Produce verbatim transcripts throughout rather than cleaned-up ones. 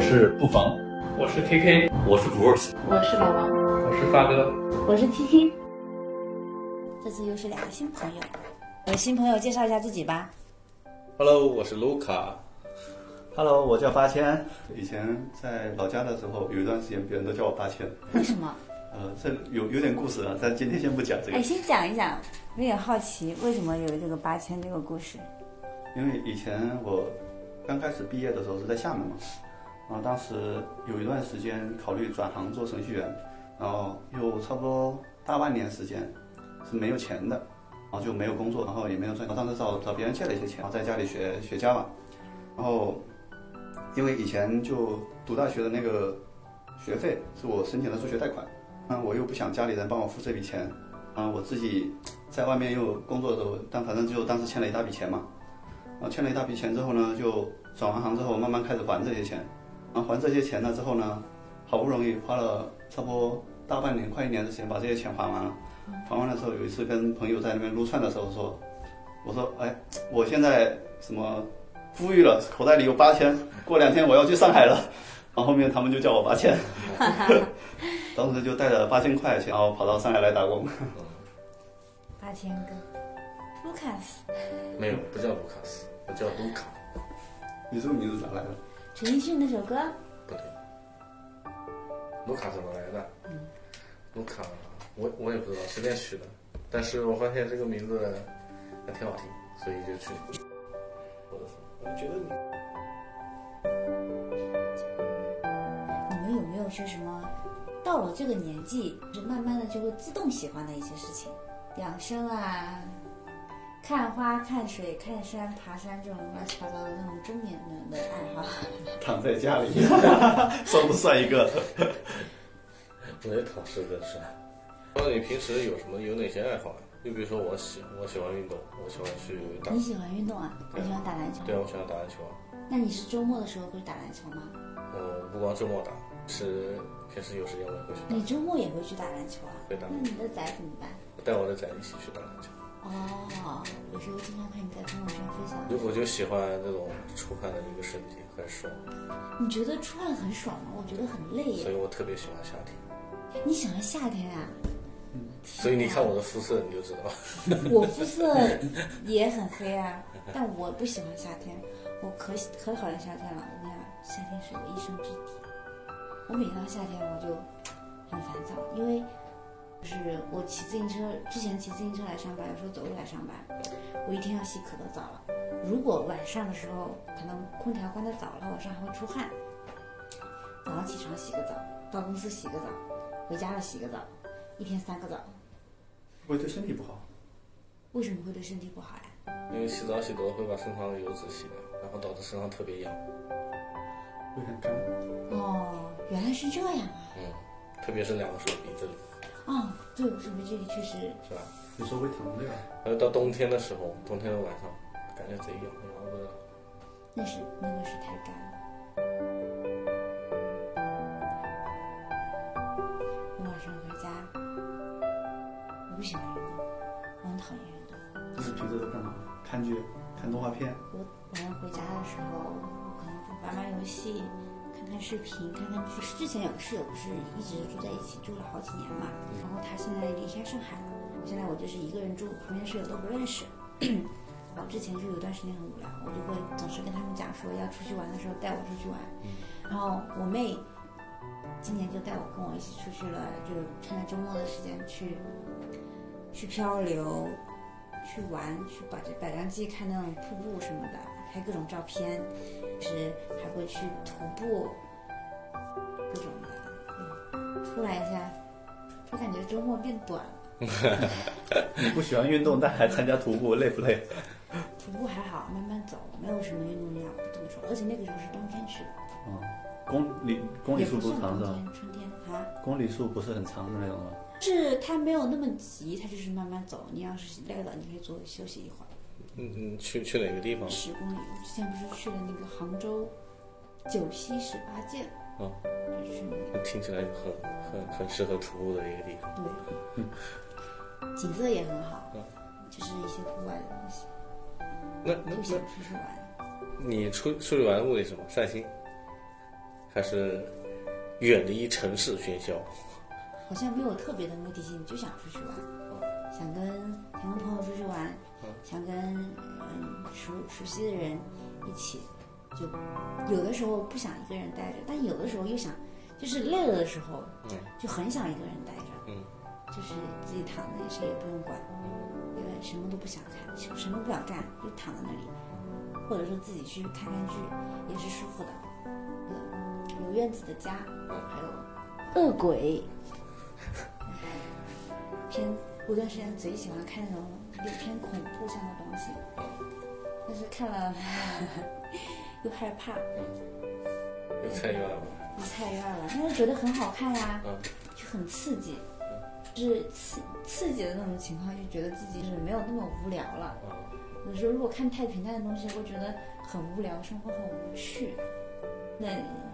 是不妨， 我是 K K， 我是福尔斯， 我是老王， 我是发哥， 我是七七。这次又是两个新朋友，呃，新朋友介绍一下自己吧。 Hello， 我是卢卡。 Hello， 我叫八千。以前在老家的时候，有一段时间别人都叫我八千。 为什么？ 呃，这有有点故事啊，但今天先不讲这个。 哎，先讲一讲，有点好奇，为什么有这个八千这个故事？ 因为以前我刚开始毕业的时候是在厦门嘛，然后当时有一段时间考虑转行做程序员，然后有差不多大半年时间是没有钱的，然后就没有工作，然后也没有赚，然后当时找找别人借了一些钱，然后在家里学学 Java， 然后因为以前就读大学的那个学费是我申请的助学贷款，嗯，我又不想家里人帮我付这笔钱，啊，我自己在外面又工作的时候，但反正就当时欠了一大笔钱嘛，然后欠了一大笔钱之后呢，就转完行之后慢慢开始还这些钱，然后还这些钱了之后呢，好不容易花了差不多大半年快一年的时间把这些钱还完了，还完的时候有一次跟朋友在那边撸串的时候说，我说哎，我现在什么富裕了，口袋里有八千，过两天我要去上海了，然后后面他们就叫我八千，当时就带着八千块钱，然后跑到上海来打工。 八千哥，卢卡斯。 没有，不叫卢卡斯，我叫卢卡。 你这个名字咋来的？ 陈奕迅那首歌？ 不对，卢卡怎么来的？嗯，卢卡，我我也不知道，随便取的，但是我发现这个名字还挺好听，所以就取。我觉得你们有没有说什么到了这个年纪，就慢慢的就会自动喜欢的一些事情，养生啊，看花、看水、看山、爬山这种乱七八糟的那种中年人的爱好？ 躺在家里，算不算一个？ 我也躺是的是。那你平时有什么有哪些爱好啊？就比如说我喜我喜欢运动，我喜欢去打。 你喜欢运动啊？你喜欢打篮球？ 对啊，我喜欢打篮球啊。 那你是周末的时候会打篮球吗？ 嗯，不光周末打，是平时有时间我也会去打。 你周末也会去打篮球啊？ 会打。 那你的仔怎么办？ 我带我的仔一起去打篮球。 哦，有时候经常看你在朋友圈分享。 我就喜欢这种出汗的一个身体，很爽。 你觉得出汗很爽吗？我觉得很累耶。 所以我特别喜欢夏天。 你喜欢夏天啊？ 所以你看我的肤色你就知道。 我肤色也很黑啊，但我不喜欢夏天，我可可讨厌夏天了。我跟你讲，夏天是我一生之敌。我每到夏天我就很烦躁，因为就是我骑自行车，之前骑自行车来上班，有时候走路来上班，我一天要洗可多澡了。如果晚上的时候可能空调关得早了，晚上还会出汗。早上起床洗个澡，到公司洗个澡，回家了洗个澡，一天三个澡。 会对身体不好。 为什么会对身体不好呀？ 因为洗澡洗多了会把身上的油脂洗掉，然后导致身上特别痒， 会很干。 哦，原来是这样啊。 嗯，特别是两个手臂这里。 哦，对，我手臂这里确实是吧？ 有时候会疼对吧？ 还有到冬天的时候，冬天的晚上感觉贼痒，痒不得了。 那是那个是太干了。我晚上回家，我不喜欢运动，我很讨厌运动。 那你平时都干嘛？看剧、看动画片？ 我晚上回家的时候，我可能就玩玩游戏，看看视频，看看剧。之前有个室友不是一直住在一起，住了好几年嘛，然后他现在离开上海了，现在我就是一个人住，旁边室友都不认识。我之前就有段时间很无聊，我就会总是跟他们讲说要出去玩的时候带我出去玩，然后我妹今年就带我跟我一起出去了，就趁着周末的时间去去漂流，去玩，去把这百张机看那种瀑布什么的，拍各种照片，是还会去徒步，各种的。嗯，突然一下，我感觉周末变短了。 你不喜欢运动，但还参加徒步，累不累？ 徒步还好，慢慢走，没有什么运动量，这么说。而且那个时候是冬天去的。 嗯，公里公里数不长是吧？ 春天啊。 公里数不是很长的那种吗？ 是它没有那么急，它就是慢慢走。你要是累了，你可以坐休息一会儿。 嗯嗯，去去哪个地方？ 十公里。我之前不是去了那个杭州九溪十八涧。 哦， 就去那个。 听起来很很很适合徒步的一个地方。 对。嗯。景色也很好，嗯，就是一些户外的东西。 那那就想出去玩。 你出出去玩目的是什么？散心。 还是远离城市喧嚣？ 好像没有特别的目的性，就想出去玩，想跟想跟朋友出去玩，想跟嗯熟熟悉的人一起。就有的时候不想一个人待着，但有的时候又想，就是累了的时候，就很想一个人待着。 嗯， 就是自己躺在谁也不用管，因为什么都不想看，什么都不想干，就躺在那里，或者说自己去看看剧，也是舒服的。有院子的家，还有恶鬼。偏有段时间贼喜欢看那种有偏恐怖向的东西，但是看了又害怕， 又菜院了， 又菜院了，但是觉得很好看呀、啊，就很刺激，就是刺刺激的那种情况，就觉得自己是没有那么无聊了。有时候如果看太平淡的东西，会觉得很无聊，生活很无趣。那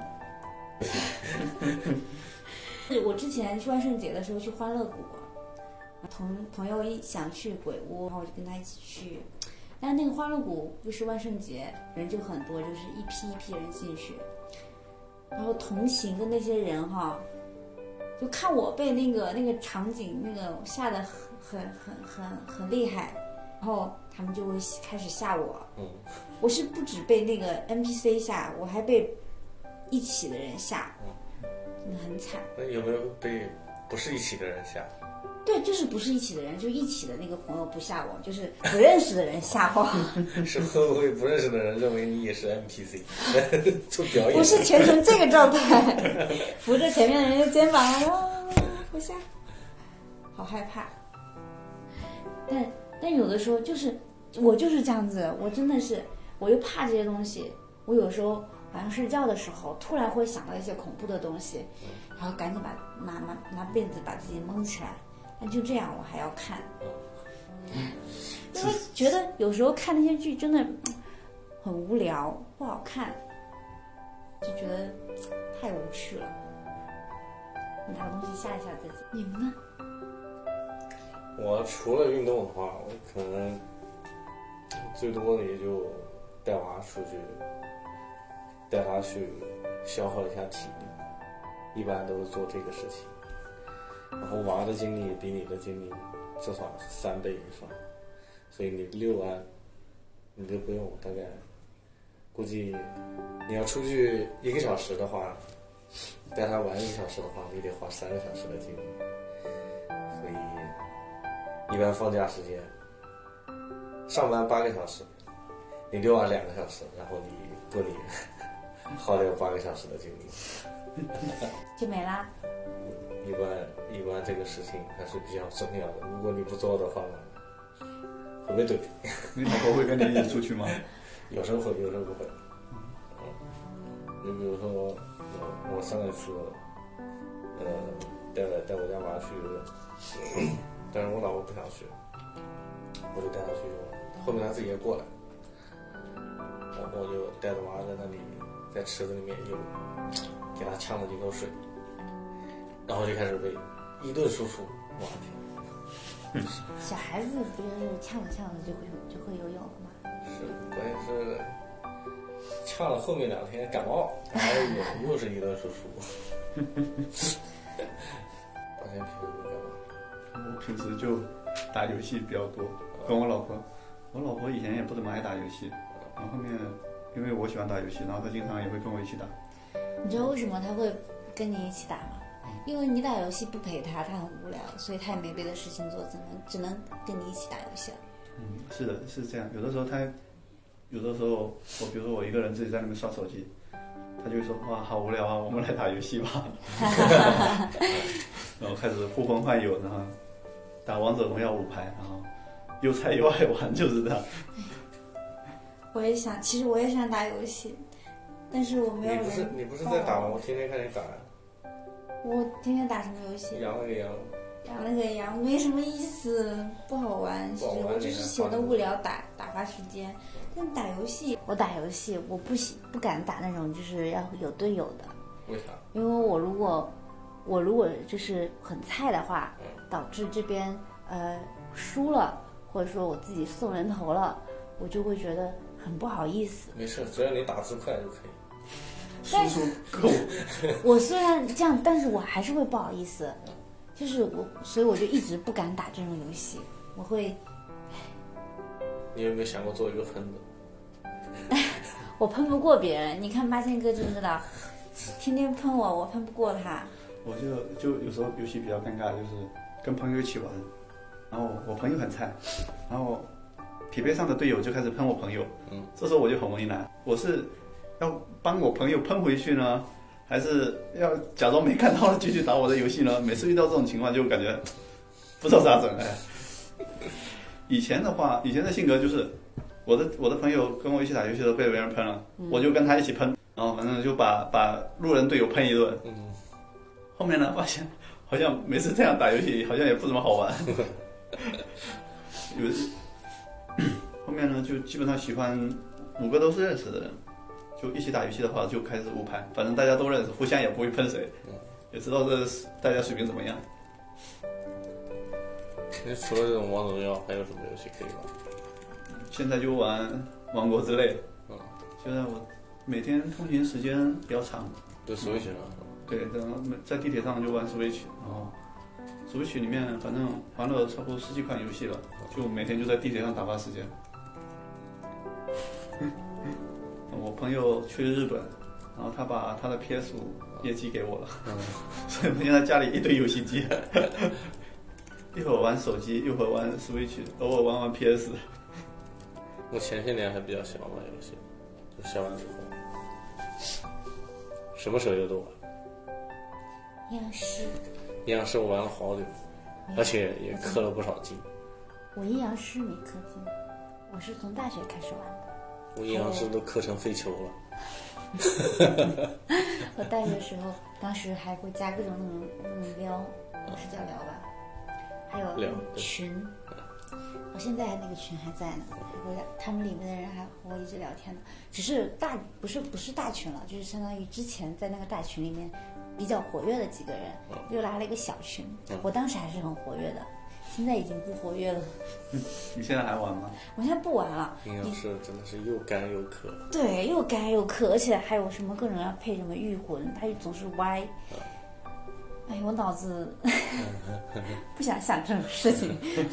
我之前去万圣节的时候去欢乐谷，同朋友一想去鬼屋，然后我就跟他一起去。但是那个欢乐谷不是万圣节人就很多，就是一批一批人进去，然后同行的那些人哈，就看我被那个那个场景那个吓得很很很很很厉害，然后他们就会开始吓我。嗯，我是不止被那个 N P C 吓，我还被一起的人吓。真的很惨。 那有没有被不是一起的人吓？ 对，就是不是一起的人，就一起的那个朋友不吓我，就是不认识的人吓我。 是会不会不认识的人认为你也是 N P C 做表演？ 不是全程这个状态，扶着前面的人的肩膀，啊，不吓，好害怕。但但有的时候就是我就是这样子，我真的是我又怕这些东西，我有时候晚上睡觉的时候突然会想到一些恐怖的东西，然后赶紧把拿拿拿被子把自己蒙起来。但就这样我还要看，因为觉得有时候看那些剧真的很无聊，不好看，就觉得太无趣了，拿东西吓一吓自己。你们呢？ 我除了运动的话，我可能最多的也就带娃出去，带他去消耗一下体力，一般都是做这个事情。然后娃的精力比你的精力至少是三倍以上，所以你遛完你就不用，大概估计你要出去一个小时的话，带他玩一个小时的话，你得花三个小时的精力。所以一般放假时间上班八个小时，你遛完两个小时，然后你过年耗掉八个小时的精力就没啦。 一般一般这个事情还是比较重要的，如果你不做的话，会被怼。 你老婆会跟你一起出去吗？ 有时候会，有时候不会。嗯，你比如说，我我上一次，呃，带带我家娃去游泳，但是我老婆不想去，我就带她去游泳，后面她自己也过来，然后我就带着娃在那里在池子里面游，给她呛了几口水。然后就开始被一顿输出，我天！ 小孩子不就是呛着呛着就会就会游泳了吗？ 是，关键是呛了后面两天感冒，然后又又是一顿输出。抱歉，平时干嘛？ 我平时就打游戏比较多，跟我老婆。我老婆以前也不怎么爱打游戏，然后后面因为我喜欢打游戏，然后她经常也会跟我一起打。 你知道为什么她会跟你一起打吗？因为你打游戏不陪他，他很无聊，所以他也没别的事情做，只能只能跟你一起打游戏了。 嗯，是的，是这样。有的时候他，有的时候我比如说我一个人自己在那边刷手机，他就会说哇好无聊啊，我们来打游戏吧。然后开始呼朋唤友，然后打王者荣耀五排，然后又菜又爱玩，就是这样。 我也想，其实我也想打游戏，但是我没有人。 你不是你不是在打吗？我天天看你打。 我天天打什么游戏？ 养那个羊， 养那个羊没什么意思，不好玩。其实我就是闲得无聊打打发时间。但打游戏，我打游戏我不喜不敢打那种就是要有队友的。 为啥？ 因为我如果我如果就是很菜的话，导致这边呃输了，或者说我自己送人头了，我就会觉得很不好意思。 没事，只要你打字快就可以。 输出够。 我虽然这样，但是我还是会不好意思，就是我，所以我就一直不敢打这种游戏。我会， 你有没有想过做一个喷子？ 我喷不过别人，你看八千哥就知道，天天喷我，我喷不过他。 我就就有时候游戏比较尴尬，就是跟朋友一起玩，然后我朋友很菜，然后匹配上的队友就开始喷我朋友，嗯，这时候我就很为难，我是要帮我朋友喷回去呢，还是要假装没看到了继续打我的游戏呢？每次遇到这种情况就感觉不知道咋整哎。以前的话，以前的性格就是我的我的朋友跟我一起打游戏都被别人喷了，嗯、我就跟他一起喷，然后反正就把把路人队友喷一顿。嗯，后面呢发现好像每次这样打游戏好像也不怎么好玩。有后面呢就基本上喜欢五个都是认识的人，就一起打游戏的话就开始五排，反正大家都认识，互相也不会喷谁，也知道这大家水平怎么样。 那除了这种王者荣耀，还有什么游戏可以玩？ 现在就玩王国之泪。嗯，现在我每天通勤时间比较长， 就 Switch 上。 对，然后在地铁上就玩 Switch， 然后 Switch 里面反正玩了差不多十几款游戏了，就每天就在地铁上打发时间。我朋友去日本，然后他把他的 P S 五 也寄给我了，嗯、所以我现在家里一堆游戏机。一会儿玩手机，一会儿玩 Switch， 偶尔玩玩 P S。 我前些年还比较喜欢玩游戏，就下班之后，什么手游都玩。 阴阳师， 阴阳师我玩了好久，而且也氪了不少金。 我阴阳师没氪金，我是从大学开始玩的。 我阴阳师都氪成废球了。 我大学的时候，当时还会加各种那种那种撩，是叫撩吧？还有群，我现在那个群还在呢，还会他们里面的人还和我一直聊天呢。只是大不是不是大群了，就是相当于之前在那个大群里面比较活跃的几个人，又拉了一个小群。我当时还是很活跃的，现在已经不活跃了。 你现在还玩吗？ 我现在不玩了。 阴阳师真的是又干又氪。 对，又干又氪，而且还有什么各种要配什么御魂，它总是歪。哎，我脑子不想想这种事情。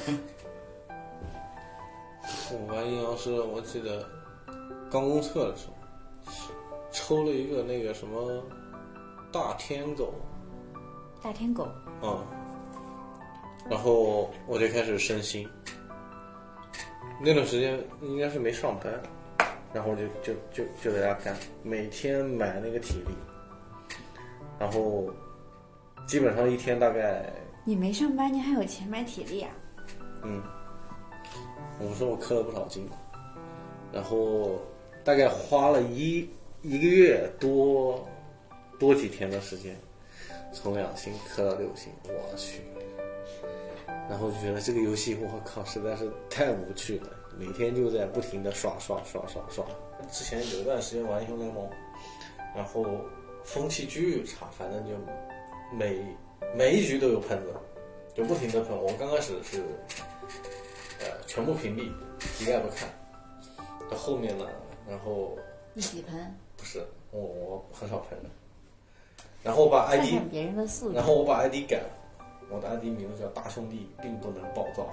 我玩阴阳师，我记得刚公测的时候，抽了一个那个什么大天狗。 大天狗。 嗯。然后我就开始升星。那段时间应该是没上班，然后就就就就在家干，每天买那个体力，然后。基本上一天大概。 你没上班，你还有钱买体力啊？ 嗯，我说我氪了不少金，然后大概花了一一个月多多几天的时间，从两星氪到六星，我去！然后就觉得这个游戏我靠实在是太无趣了，每天就在不停的刷刷刷刷刷。之前有一段时间玩英雄联盟，然后风气巨差，反正就。每每一局都有喷子，就不停的喷。我刚开始是，呃，全部屏蔽，一概不看。到后面呢，然后一起喷？ 不是，我我很少喷的。然后我把 I D， 看看别人的素质。 然后我把 I D 改了，我的 I D 名字叫大兄弟，并不能暴躁。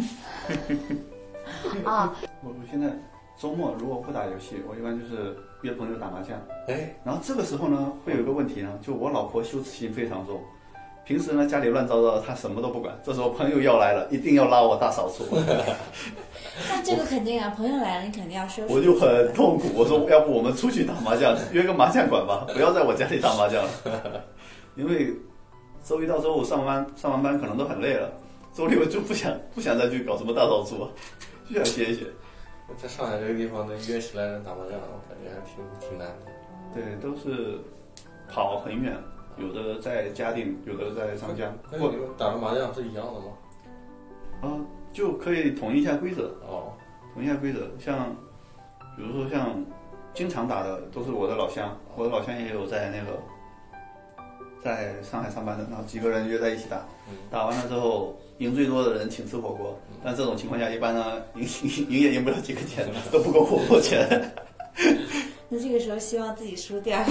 啊！ 我我现在周末如果不打游戏，我一般就是约朋友打麻将。 哎， 然后这个时候呢，会有一个问题呢，就我老婆羞耻心非常重，平时呢家里乱糟糟，她什么都不管，这时候朋友要来了，一定要拉我大扫除。 那这个肯定啊，朋友来了你肯定要收拾。 我就很痛苦，我说要不我们出去打麻将，约个麻将馆吧，不要在我家里打麻将了。因为周一到周五上班上完班可能都很累了，周六就不想不想再去搞什么大扫除，就想歇一歇。 在上海这个地方能约起来人打麻将，我感觉还挺挺难的。 对，都是跑很远，有的在嘉定，有的在上江。 那你们打的麻将是一样的吗？ 啊、呃，就可以统一一下规则。 哦， 统一一下规则，像比如说像经常打的都是我的老乡，我的老乡也有在那个在上海上班的，然后几个人约在一起打，嗯、打完了之后赢最多的人请吃火锅。嗯、但这种情况下，一般呢赢赢赢也赢不了几个钱，都不够火锅钱。 那这个时候希望自己输掉。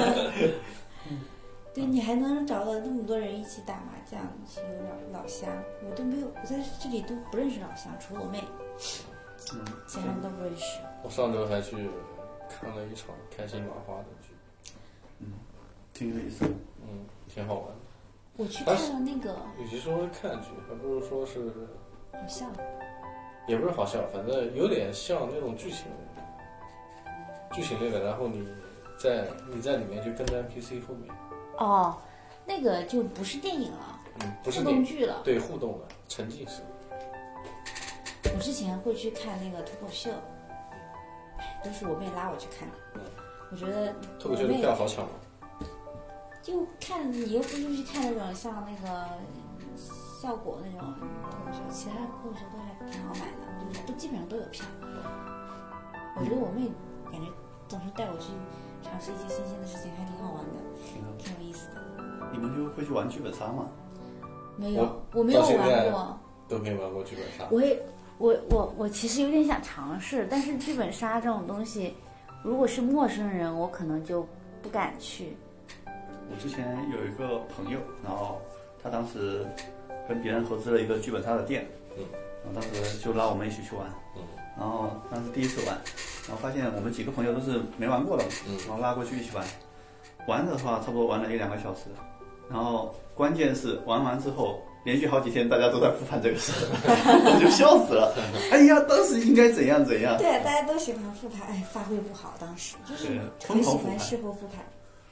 对，你还能找到那么多人一起打麻将，一起有老老乡，我都没有，我在这里都不认识老乡，除了我妹， 嗯， 其他人都不认识。 我上周还去看了一场开心麻花的剧， 嗯，挺有意思的， 嗯，挺好玩的。 我去看了那个， 与其说看剧，还不如说是， 好笑， 也不是好笑，反正有点像那种剧情类的，剧情类的，然后你在你在里面就跟着 N P C 后面。 哦，那个就不是电影了， 嗯，不是互动剧了。 对，互动的沉浸式。 我之前会去看那个脱口秀，都是我妹拉我去看的。 嗯， 我觉得脱口秀的票好抢吗？ 就看你又不是去看那种像那个效果那种脱口秀，其他脱口秀都还挺好买的，就是都基本上都有票。我觉得我妹感觉总是带我去尝试一些新鲜的事情，还挺好玩的，挺有意思的。 你们就会去玩剧本杀吗？ 没有，我没有玩过， 都没玩过剧本杀。 我也，我我我其实有点想尝试，但是剧本杀这种东西，如果是陌生人，我可能就不敢去。 我之前有一个朋友，然后他当时跟别人合资了一个剧本杀的店， 嗯， 然后当时就拉我们一起去玩， 嗯， 然后那是第一次玩，然后发现我们几个朋友都是没玩过的， 嗯， 然后拉过去一起玩，玩的话差不多玩了一两个小时，然后关键是玩完之后，连续好几天大家都在复盘这个事，我就笑死了。哎呀，当时应该怎样怎样？ 对，大家都喜欢复盘，哎，发挥不好，当时就是很喜欢事后复盘。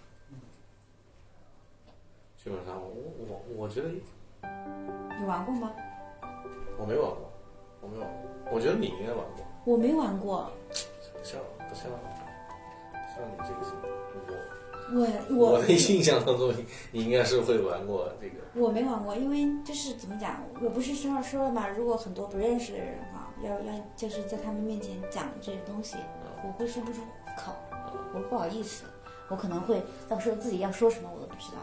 基本上我我我觉得你玩过吗？ 我没玩过，我没玩过。我觉得你应该玩过。 我没玩过。 像不像像你这个性格？ 我我我的印象当中，你应该是会玩过这个。 我没玩过，因为就是怎么讲，我不是说说了嘛，如果很多不认识的人哈，要要就是在他们面前讲这些东西，我会说不出口，我不好意思，我可能会到时候自己要说什么我都不知道。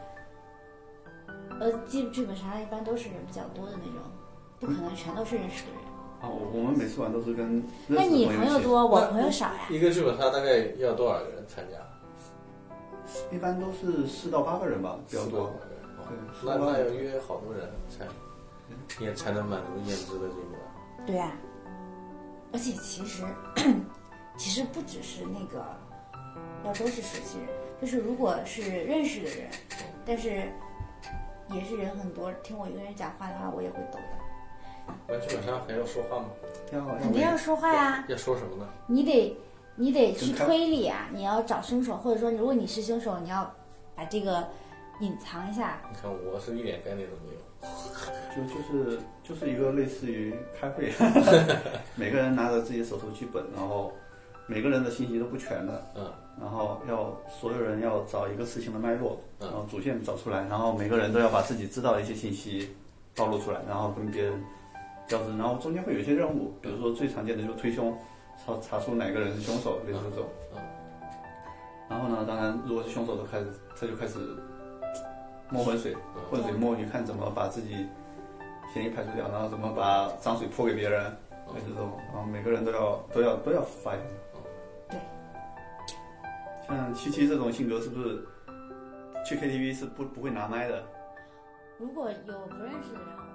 呃，剧剧本杀一般都是人比较多的那种，不可能全都是认识的人。 啊，我我们每次玩都是跟认识的那你朋友朋友多，我朋友少呀。 一个剧本杀大概要多少个人参加？ 一般都是四到八个人吧，比较多。 对，那那要约好多人才也才能满足颜值的这个。 对啊，而且其实其实不只是那个要都是熟悉人，就是如果是认识的人，但是也是人很多，听我一个人讲话的话，我也会抖的。 玩剧本杀还要说话吗？ 要肯定要说话呀。 要说什么呢？ 你得你得去推理啊，你要找凶手，或者说如果你是凶手，你要把这个隐藏一下。 你看我是一点概念都没有。 就就是就是一个类似于开会，每个人拿着自己手头剧本，然后每个人的信息都不全的， 嗯， 然后要所有人要找一个事情的脉络， 嗯， 然后主线找出来，然后每个人都要把自己知道的一些信息暴露出来，然后跟别人交织，然后中间会有一些任务，比如说最常见的就是推凶，查查出哪个人是凶手，类似这种， 嗯， 然后呢，当然如果是凶手，都开始他就开始摸浑水，浑水摸鱼，看怎么把自己嫌疑排除掉，然后怎么把脏水泼给别人，类似这种，然后每个人都要都要都要发言。 对， 像七七这种性格，是不是去 K T V 是不不会拿麦的？ 如果有不认识的人，